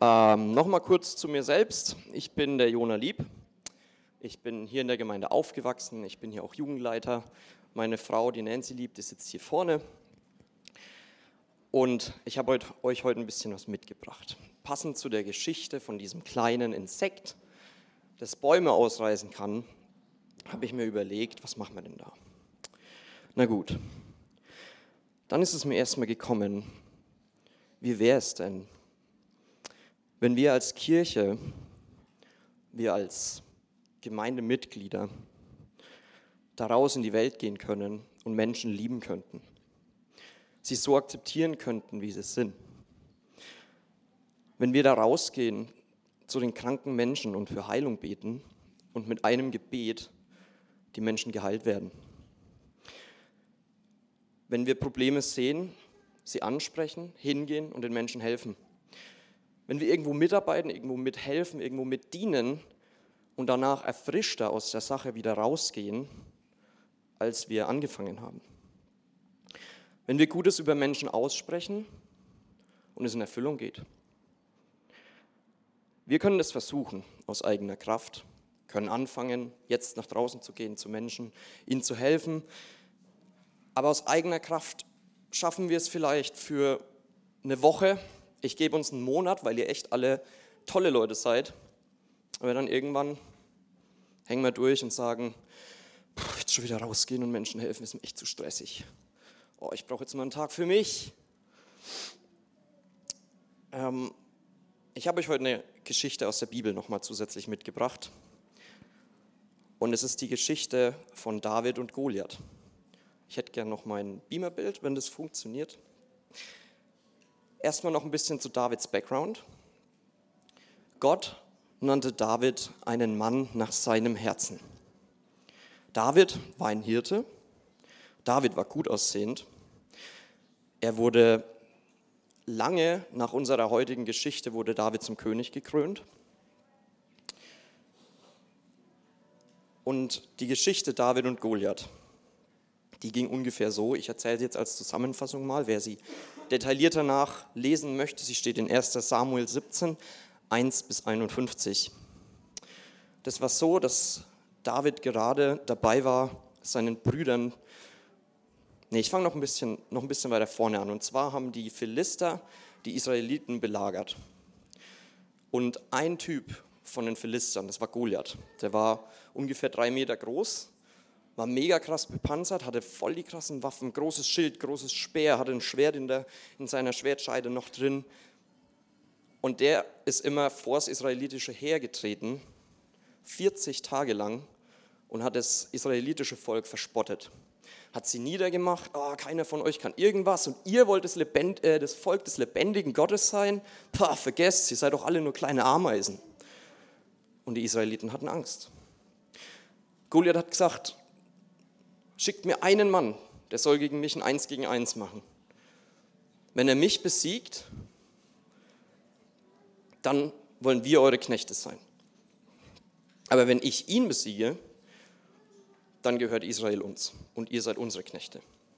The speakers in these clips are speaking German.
Nochmal kurz zu mir selbst. Ich bin der Jona Lieb. Ich bin hier in der Gemeinde aufgewachsen. Ich bin hier auch Jugendleiter. Meine Frau, die Nancy Lieb, die sitzt hier vorne. Und ich habe euch heute ein bisschen was mitgebracht. Passend zu der Geschichte von diesem kleinen Insekt, das Bäume ausreißen kann, habe ich mir überlegt, was machen wir denn da? Na gut, dann ist es mir erstmal gekommen, wie wäre es denn, wenn wir als Kirche, wir als Gemeindemitglieder daraus in die Welt gehen können und Menschen lieben könnten, sie so akzeptieren könnten, wie sie sind. Wenn wir da rausgehen zu den kranken Menschen und für Heilung beten und mit einem Gebet die Menschen geheilt werden. Wenn wir Probleme sehen, sie ansprechen, hingehen und den Menschen helfen. Wenn wir irgendwo mitarbeiten, irgendwo mithelfen, irgendwo mitdienen und danach erfrischter aus der Sache wieder rausgehen, als wir angefangen haben. Wenn wir Gutes über Menschen aussprechen und es in Erfüllung geht. Wir können das versuchen aus eigener Kraft, können anfangen, jetzt nach draußen zu gehen zu Menschen, ihnen zu helfen. Aber aus eigener Kraft schaffen wir es vielleicht für eine Woche. Ich gebe uns einen Monat, weil ihr echt alle tolle Leute seid. Aber dann irgendwann hängen wir durch und sagen, jetzt schon wieder rausgehen und Menschen helfen, ist mir echt zu stressig. Oh, ich brauche jetzt mal einen Tag für mich. Ich habe euch heute eine Geschichte aus der Bibel nochmal zusätzlich mitgebracht. Und es ist die Geschichte von David und Goliath. Ich hätte gerne noch mein Beamerbild, wenn das funktioniert. Erstmal noch ein bisschen zu Davids Background. Gott nannte David einen Mann nach seinem Herzen. David war ein Hirte. David war gut aussehend. Er wurde lange nach unserer heutigen Geschichte wurde David zum König gekrönt. Und die Geschichte David und Goliath, die ging ungefähr so. Ich erzähle sie jetzt als Zusammenfassung mal. Wer sie detaillierter nachlesen möchte, sie steht in 1. Samuel 17, 1-51. Das war so, dass David gerade dabei war, seinen Brüdern. Ich fange noch ein bisschen weiter vorne an. Und zwar haben die Philister die Israeliten belagert. Und ein Typ von den Philistern, das war Goliath. Der war ungefähr 3 Meter groß, war mega krass bepanzert, hatte voll die krassen Waffen, großes Schild, großes Speer, hatte ein Schwert in seiner Schwertscheide noch drin. Und der ist immer vor das israelitische Heer getreten, 40 Tage lang, und hat das israelitische Volk verspottet. Hat sie niedergemacht, keiner von euch kann irgendwas und ihr wollt das Volk des lebendigen Gottes sein? Vergesst, ihr seid doch alle nur kleine Ameisen. Und die Israeliten hatten Angst. Goliath hat gesagt, schickt mir einen Mann, der soll gegen mich ein 1 gegen 1 machen. Wenn er mich besiegt, dann wollen wir eure Knechte sein. Aber wenn ich ihn besiege, dann gehört Israel uns und ihr seid unsere Knechte.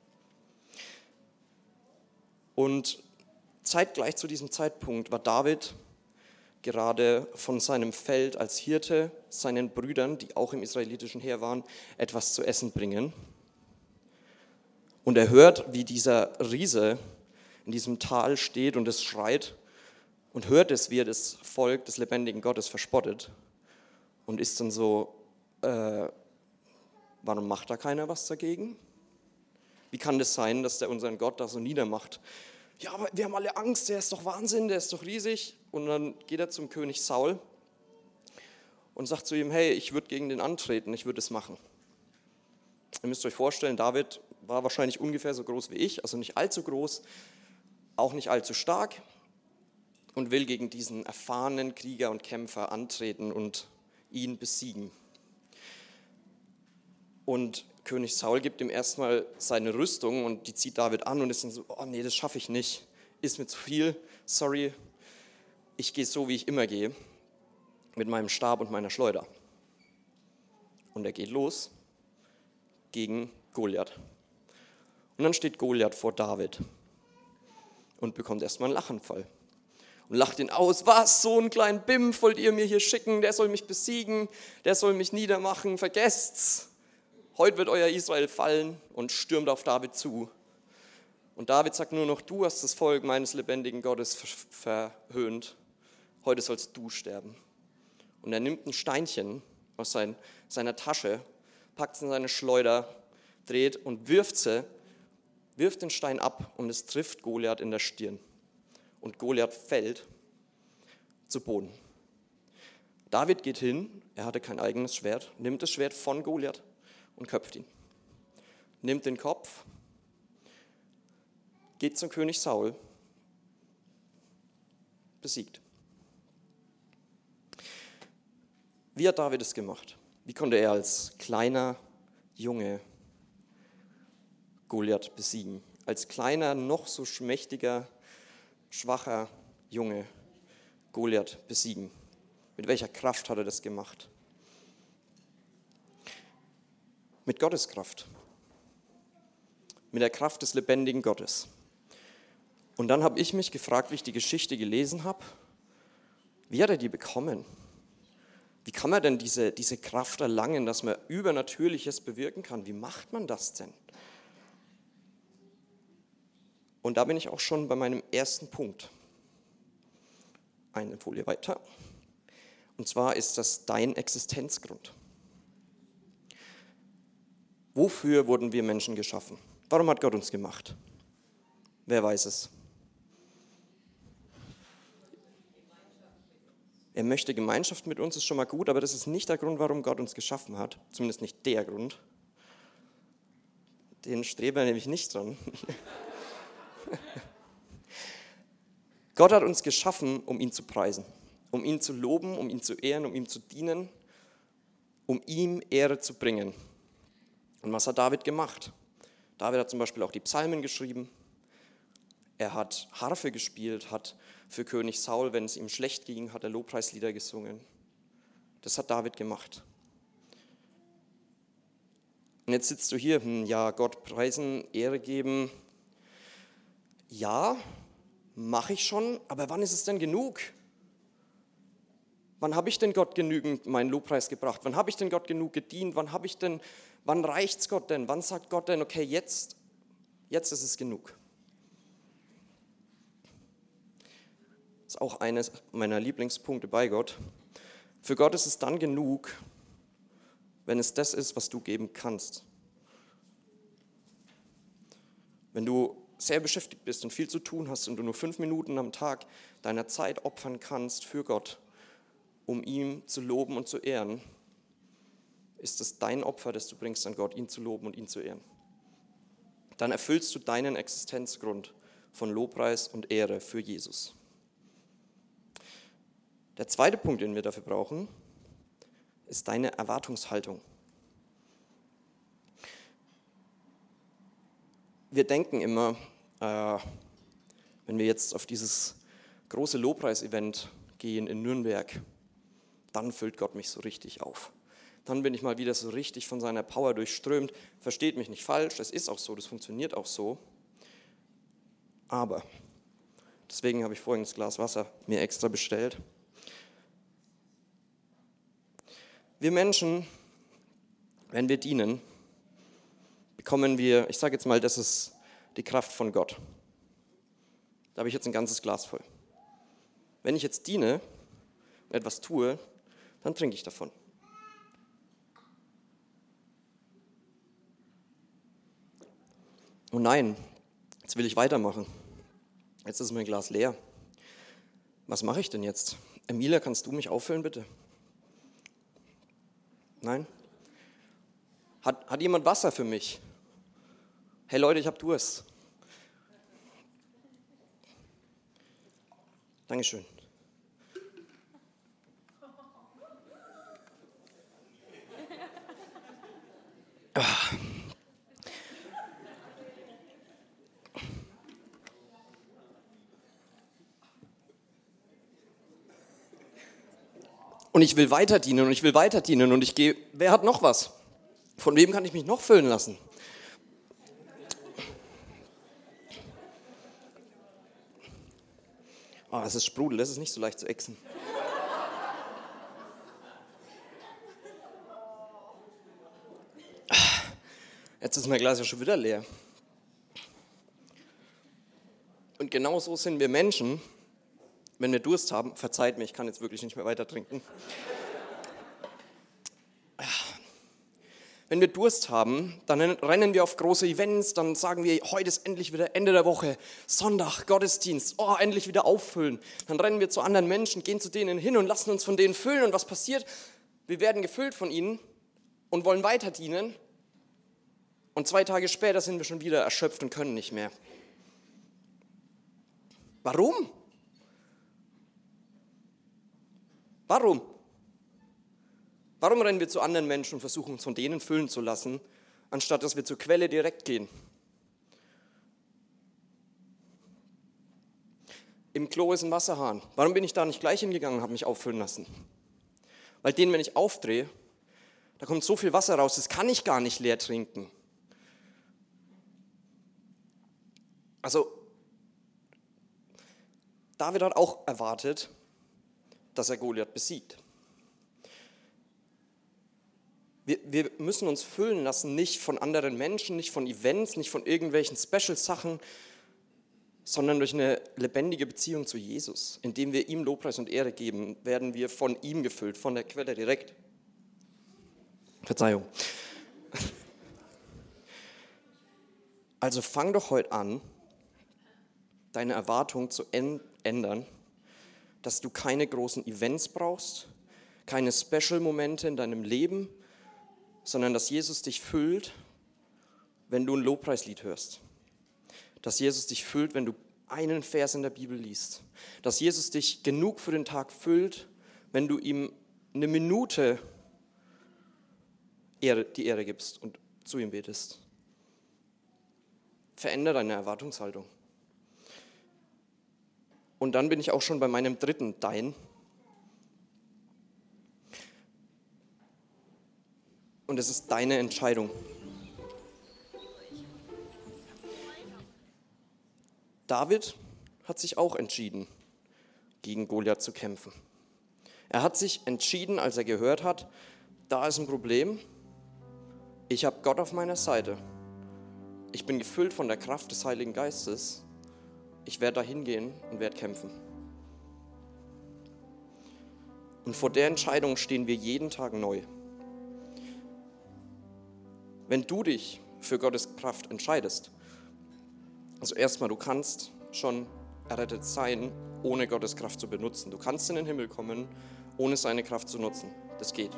Und zeitgleich zu diesem Zeitpunkt war David gerade von seinem Feld als Hirte seinen Brüdern, die auch im israelitischen Heer waren, etwas zu essen bringen. Und er hört, wie dieser Riese in diesem Tal steht und es schreit und hört es, wie er das Volk des lebendigen Gottes verspottet und ist dann so, warum macht da keiner was dagegen? Wie kann das sein, dass der unseren Gott da so niedermacht? Ja, aber wir haben alle Angst, der ist doch Wahnsinn, der ist doch riesig. Und dann geht er zum König Saul und sagt zu ihm, hey, ich würde gegen den antreten, ich würde es machen. Ihr müsst euch vorstellen, David war wahrscheinlich ungefähr so groß wie ich, also nicht allzu groß, auch nicht allzu stark und will gegen diesen erfahrenen Krieger und Kämpfer antreten und ihn besiegen. Und König Saul gibt ihm erstmal seine Rüstung und die zieht David an und ist dann so, oh nee, das schaffe ich nicht, ist mir zu viel, sorry, ich gehe so, wie ich immer gehe, mit meinem Stab und meiner Schleuder. Und er geht los gegen Goliath. Und dann steht Goliath vor David und bekommt erstmal einen Lachenfall. und lacht ihn aus. Was, so einen kleinen Bimpf wollt ihr mir hier schicken? Der soll mich besiegen, der soll mich niedermachen, vergesst's. Heute wird euer Israel fallen und stürmt auf David zu. Und David sagt nur noch, du hast das Volk meines lebendigen Gottes verhöhnt. Heute sollst du sterben. Und er nimmt ein Steinchen aus seiner Tasche, packt es in seine Schleuder, dreht und wirft den Stein ab und es trifft Goliath in der Stirn. Und Goliath fällt zu Boden. David geht hin, er hatte kein eigenes Schwert, nimmt das Schwert von Goliath und köpft ihn. Nimmt den Kopf, geht zum König Saul, besiegt. Wie hat David es gemacht? Wie konnte er als kleiner Junge Goliath besiegen? Als kleiner, noch so mächtiger, schwacher Junge Goliath besiegen? Mit welcher Kraft hat er das gemacht? Mit Gottes Kraft. Mit der Kraft des lebendigen Gottes. Und dann habe ich mich gefragt, wie ich die Geschichte gelesen habe, wie hat er die bekommen? Wie kann man denn diese Kraft erlangen, dass man Übernatürliches bewirken kann? Wie macht man das denn? Und da bin ich auch schon bei meinem ersten Punkt. Eine Folie weiter. Und zwar ist das dein Existenzgrund. Wofür wurden wir Menschen geschaffen? Warum hat Gott uns gemacht? Wer weiß es? Er möchte Gemeinschaft mit uns, ist schon mal gut, aber das ist nicht der Grund, warum Gott uns geschaffen hat. Zumindest nicht der Grund. Den streben wir nämlich nicht dran. Gott hat uns geschaffen, um ihn zu preisen, um ihn zu loben, um ihn zu ehren, um ihm zu dienen, um ihm Ehre zu bringen. Und was hat David gemacht? David hat zum Beispiel auch die Psalmen geschrieben. Er hat Harfe gespielt, hat für König Saul, wenn es ihm schlecht ging, hat er Lobpreislieder gesungen. Das hat David gemacht. Und jetzt sitzt du hier, ja, Gott preisen, Ehre geben. Ja, mache ich schon, aber wann ist es denn genug? Wann habe ich denn Gott genügend meinen Lobpreis gebracht? Wann habe ich denn Gott genug gedient? Wann reicht es Gott denn? Wann sagt Gott denn, okay, jetzt ist es genug? Das ist auch eines meiner Lieblingspunkte bei Gott. Für Gott ist es dann genug, wenn es das ist, was du geben kannst. Wenn du sehr beschäftigt bist und viel zu tun hast und du nur 5 Minuten am Tag deiner Zeit opfern kannst für Gott, um ihn zu loben und zu ehren, ist es dein Opfer, das du bringst an Gott, ihn zu loben und ihn zu ehren. Dann erfüllst du deinen Existenzgrund von Lobpreis und Ehre für Jesus. Der zweite Punkt, den wir dafür brauchen, ist deine Erwartungshaltung. Wir denken immer, wenn wir jetzt auf dieses große Lobpreis-Event gehen in Nürnberg, dann füllt Gott mich so richtig auf. Dann bin ich mal wieder so richtig von seiner Power durchströmt. Versteht mich nicht falsch, es ist auch so, das funktioniert auch so. Aber, deswegen habe ich vorhin das Glas Wasser mir extra bestellt. Wir Menschen, wenn wir dienen, bekommen wir, ich sage jetzt mal, das ist die Kraft von Gott. Da habe ich jetzt ein ganzes Glas voll. Wenn ich jetzt diene und etwas tue, dann trinke ich davon. Oh nein, jetzt will ich weitermachen. Jetzt ist mein Glas leer. Was mache ich denn jetzt? Emilia, kannst du mich auffüllen, bitte? Nein? Hat jemand Wasser für mich? Hey Leute, ich habe Durst. Dankeschön. Und ich will weiter dienen und ich will weiter dienen und ich gehe, wer hat noch was? Von wem kann ich mich noch füllen lassen? Oh, es ist Sprudel, das ist nicht so leicht zu ächzen. Jetzt ist mein Glas ja schon wieder leer. Und genau so sind wir Menschen, wenn wir Durst haben. Verzeiht mir, ich kann jetzt wirklich nicht mehr weiter trinken. Wenn wir Durst haben, dann rennen wir auf große Events, dann sagen wir, heute ist endlich wieder Ende der Woche, Sonntag, Gottesdienst, oh, endlich wieder auffüllen. Dann rennen wir zu anderen Menschen, gehen zu denen hin und lassen uns von denen füllen. Und was passiert? Wir werden gefüllt von ihnen und wollen weiter dienen. Und 2 Tage später sind wir schon wieder erschöpft und können nicht mehr. Warum? Warum? Warum rennen wir zu anderen Menschen und versuchen uns von denen füllen zu lassen, anstatt dass wir zur Quelle direkt gehen? Im Klo ist ein Wasserhahn. Warum bin ich da nicht gleich hingegangen und habe mich auffüllen lassen? Weil den, wenn ich aufdrehe, da kommt so viel Wasser raus, das kann ich gar nicht leer trinken. Also, David hat auch erwartet, dass er Goliath besiegt. Wir müssen uns füllen lassen, nicht von anderen Menschen, nicht von Events, nicht von irgendwelchen Special-Sachen, sondern durch eine lebendige Beziehung zu Jesus. Indem wir ihm Lobpreis und Ehre geben, werden wir von ihm gefüllt, von der Quelle direkt. Verzeihung. Also fang doch heute an, deine Erwartung zu ändern, dass du keine großen Events brauchst, keine Special-Momente in deinem Leben, sondern dass Jesus dich füllt, wenn du ein Lobpreislied hörst. Dass Jesus dich füllt, wenn du einen Vers in der Bibel liest. Dass Jesus dich genug für den Tag füllt, wenn du ihm eine Minute die Ehre gibst und zu ihm betest. Verändere deine Erwartungshaltung. Und dann bin ich auch schon bei meinem dritten Dein. Und es ist deine Entscheidung. David hat sich auch entschieden, gegen Goliath zu kämpfen. Er hat sich entschieden, als er gehört hat, da ist ein Problem, ich habe Gott auf meiner Seite. Ich bin gefüllt von der Kraft des Heiligen Geistes. Ich werde da hingehen und werde kämpfen. Und vor der Entscheidung stehen wir jeden Tag neu. Wenn du dich für Gottes Kraft entscheidest, also erstmal, du kannst schon errettet sein, ohne Gottes Kraft zu benutzen. Du kannst in den Himmel kommen, ohne seine Kraft zu nutzen. Das geht.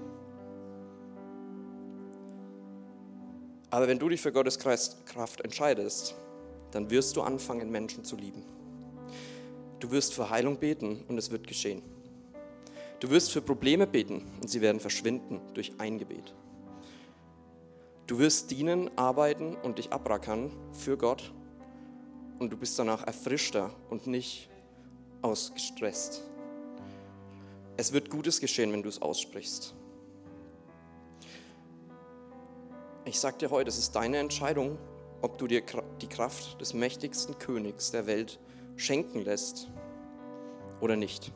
Aber wenn du dich für Gottes Kraft entscheidest, dann wirst du anfangen, Menschen zu lieben. Du wirst für Heilung beten und es wird geschehen. Du wirst für Probleme beten und sie werden verschwinden durch ein Gebet. Du wirst dienen, arbeiten und dich abrackern für Gott und du bist danach erfrischter und nicht ausgestresst. Es wird Gutes geschehen, wenn du es aussprichst. Ich sage dir heute, es ist deine Entscheidung, ob du dir die Kraft des mächtigsten Königs der Welt schenken lässt oder nicht.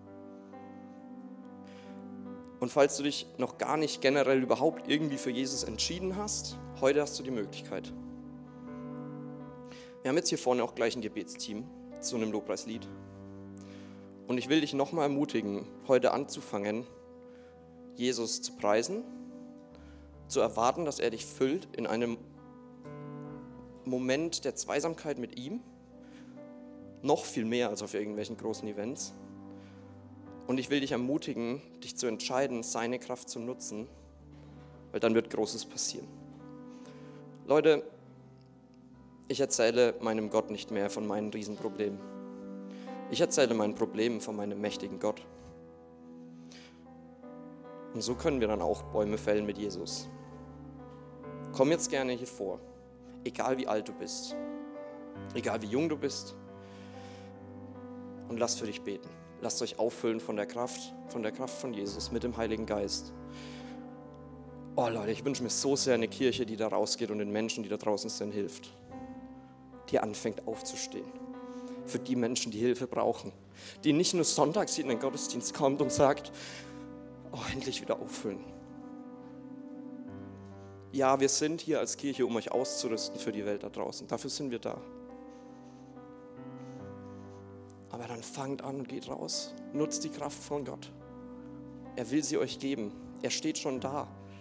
Und falls du dich noch gar nicht generell überhaupt irgendwie für Jesus entschieden hast, heute hast du die Möglichkeit. Wir haben jetzt hier vorne auch gleich ein Gebetsteam zu einem Lobpreislied. Und ich will dich nochmal ermutigen, heute anzufangen, Jesus zu preisen, zu erwarten, dass er dich füllt in einem Moment der Zweisamkeit mit ihm, noch viel mehr als auf irgendwelchen großen Events. Und ich will dich ermutigen, dich zu entscheiden, seine Kraft zu nutzen, weil dann wird Großes passieren. Leute, ich erzähle meinem Gott nicht mehr von meinen Riesenproblemen. Ich erzähle meinen Problemen von meinem mächtigen Gott. Und so können wir dann auch Bäume fällen mit Jesus. Komm jetzt gerne hier vor, egal wie alt du bist, egal wie jung du bist, und lass für dich beten. Lasst euch auffüllen von der Kraft von Jesus mit dem Heiligen Geist. Oh Leute, ich wünsche mir so sehr eine Kirche, die da rausgeht und den Menschen, die da draußen sind, hilft. Die anfängt aufzustehen. für die Menschen, die Hilfe brauchen. Die nicht nur sonntags in den Gottesdienst kommt und sagt, oh, endlich wieder auffüllen. Ja, wir sind hier als Kirche, um euch auszurüsten für die Welt da draußen. Dafür sind wir da. Aber dann fangt an und geht raus. Nutzt die Kraft von Gott. Er will sie euch geben. Er steht schon da.